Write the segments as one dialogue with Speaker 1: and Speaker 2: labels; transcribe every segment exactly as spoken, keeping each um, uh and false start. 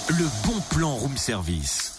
Speaker 1: Le bon plan room service.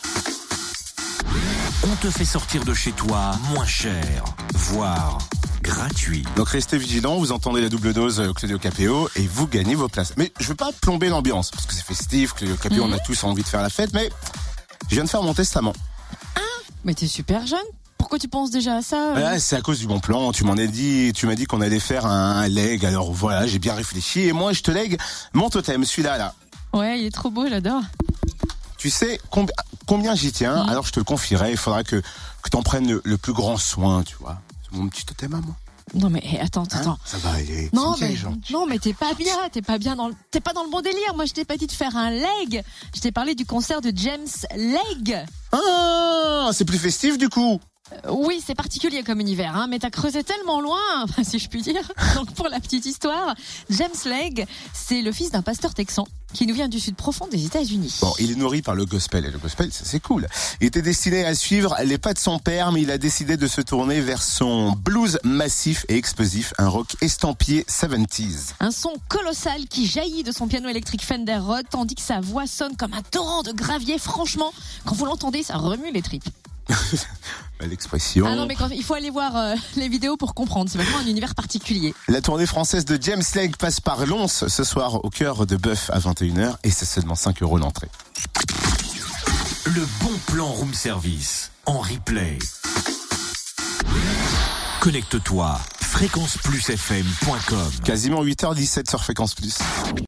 Speaker 1: On te fait sortir de chez toi moins cher, voire gratuit.
Speaker 2: Donc restez vigilants, vous entendez la double dose Claudio Capéo et vous gagnez vos places. Mais je veux pas plomber l'ambiance, parce que c'est festif, Claudio Capéo, mmh. on a tous envie de faire la fête, mais je viens de faire mon testament.
Speaker 3: Ah, mais t'es super jeune. Pourquoi tu penses déjà à ça?
Speaker 2: Ouais, c'est à cause du bon plan. Tu m'en as dit, tu m'as dit qu'on allait faire un, un leg. Alors voilà, j'ai bien réfléchi et moi je te lègue mon totem, celui-là là.
Speaker 3: Ouais, il est trop beau, j'adore.
Speaker 2: Tu sais combien, combien j'y tiens? Mmh. Alors je te le confierai. Il faudra que que t'en prennes le, le plus grand soin, tu vois. C'est mon petit totem à moi.
Speaker 3: Non mais hey, attends, attends.
Speaker 2: Hein, ça va aller.
Speaker 3: Non mais non mais t'es pas bien, t'es pas bien dans le, t'es pas dans le bon délire. Moi je t'ai pas dit de faire un leg. Je t'ai parlé du concert de James Leg.
Speaker 2: Ah, c'est plus festif du coup.
Speaker 3: Euh, oui, c'est particulier comme univers, hein, mais t'as creusé tellement loin, si je puis dire. Donc pour la petite histoire, James Leg, c'est le fils d'un pasteur texan qui nous vient du sud profond des États-Unis.
Speaker 2: Bon, il est nourri par le gospel, et le gospel, ça c'est cool. Il était destiné à suivre les pas de son père, mais il a décidé de se tourner vers son blues massif et explosif, un rock estampillé soixante-dix.
Speaker 3: Un son colossal qui jaillit de son piano électrique Fender Rhodes, tandis que sa voix sonne comme un torrent de gravier. Franchement, quand vous l'entendez, ça remue les tripes.
Speaker 2: L'expression.
Speaker 3: Ah non, mais quand, il faut aller voir euh, les vidéos pour comprendre. C'est vraiment un univers particulier.
Speaker 2: La tournée française de James Leg passe par Lons ce soir au cœur de Bœuf à vingt et une heures et c'est seulement cinq euros l'entrée.
Speaker 1: Le bon plan room service en replay. Connecte-toi fréquence plus f m point com.
Speaker 2: Quasiment huit heures dix-sept sur Fréquence Plus.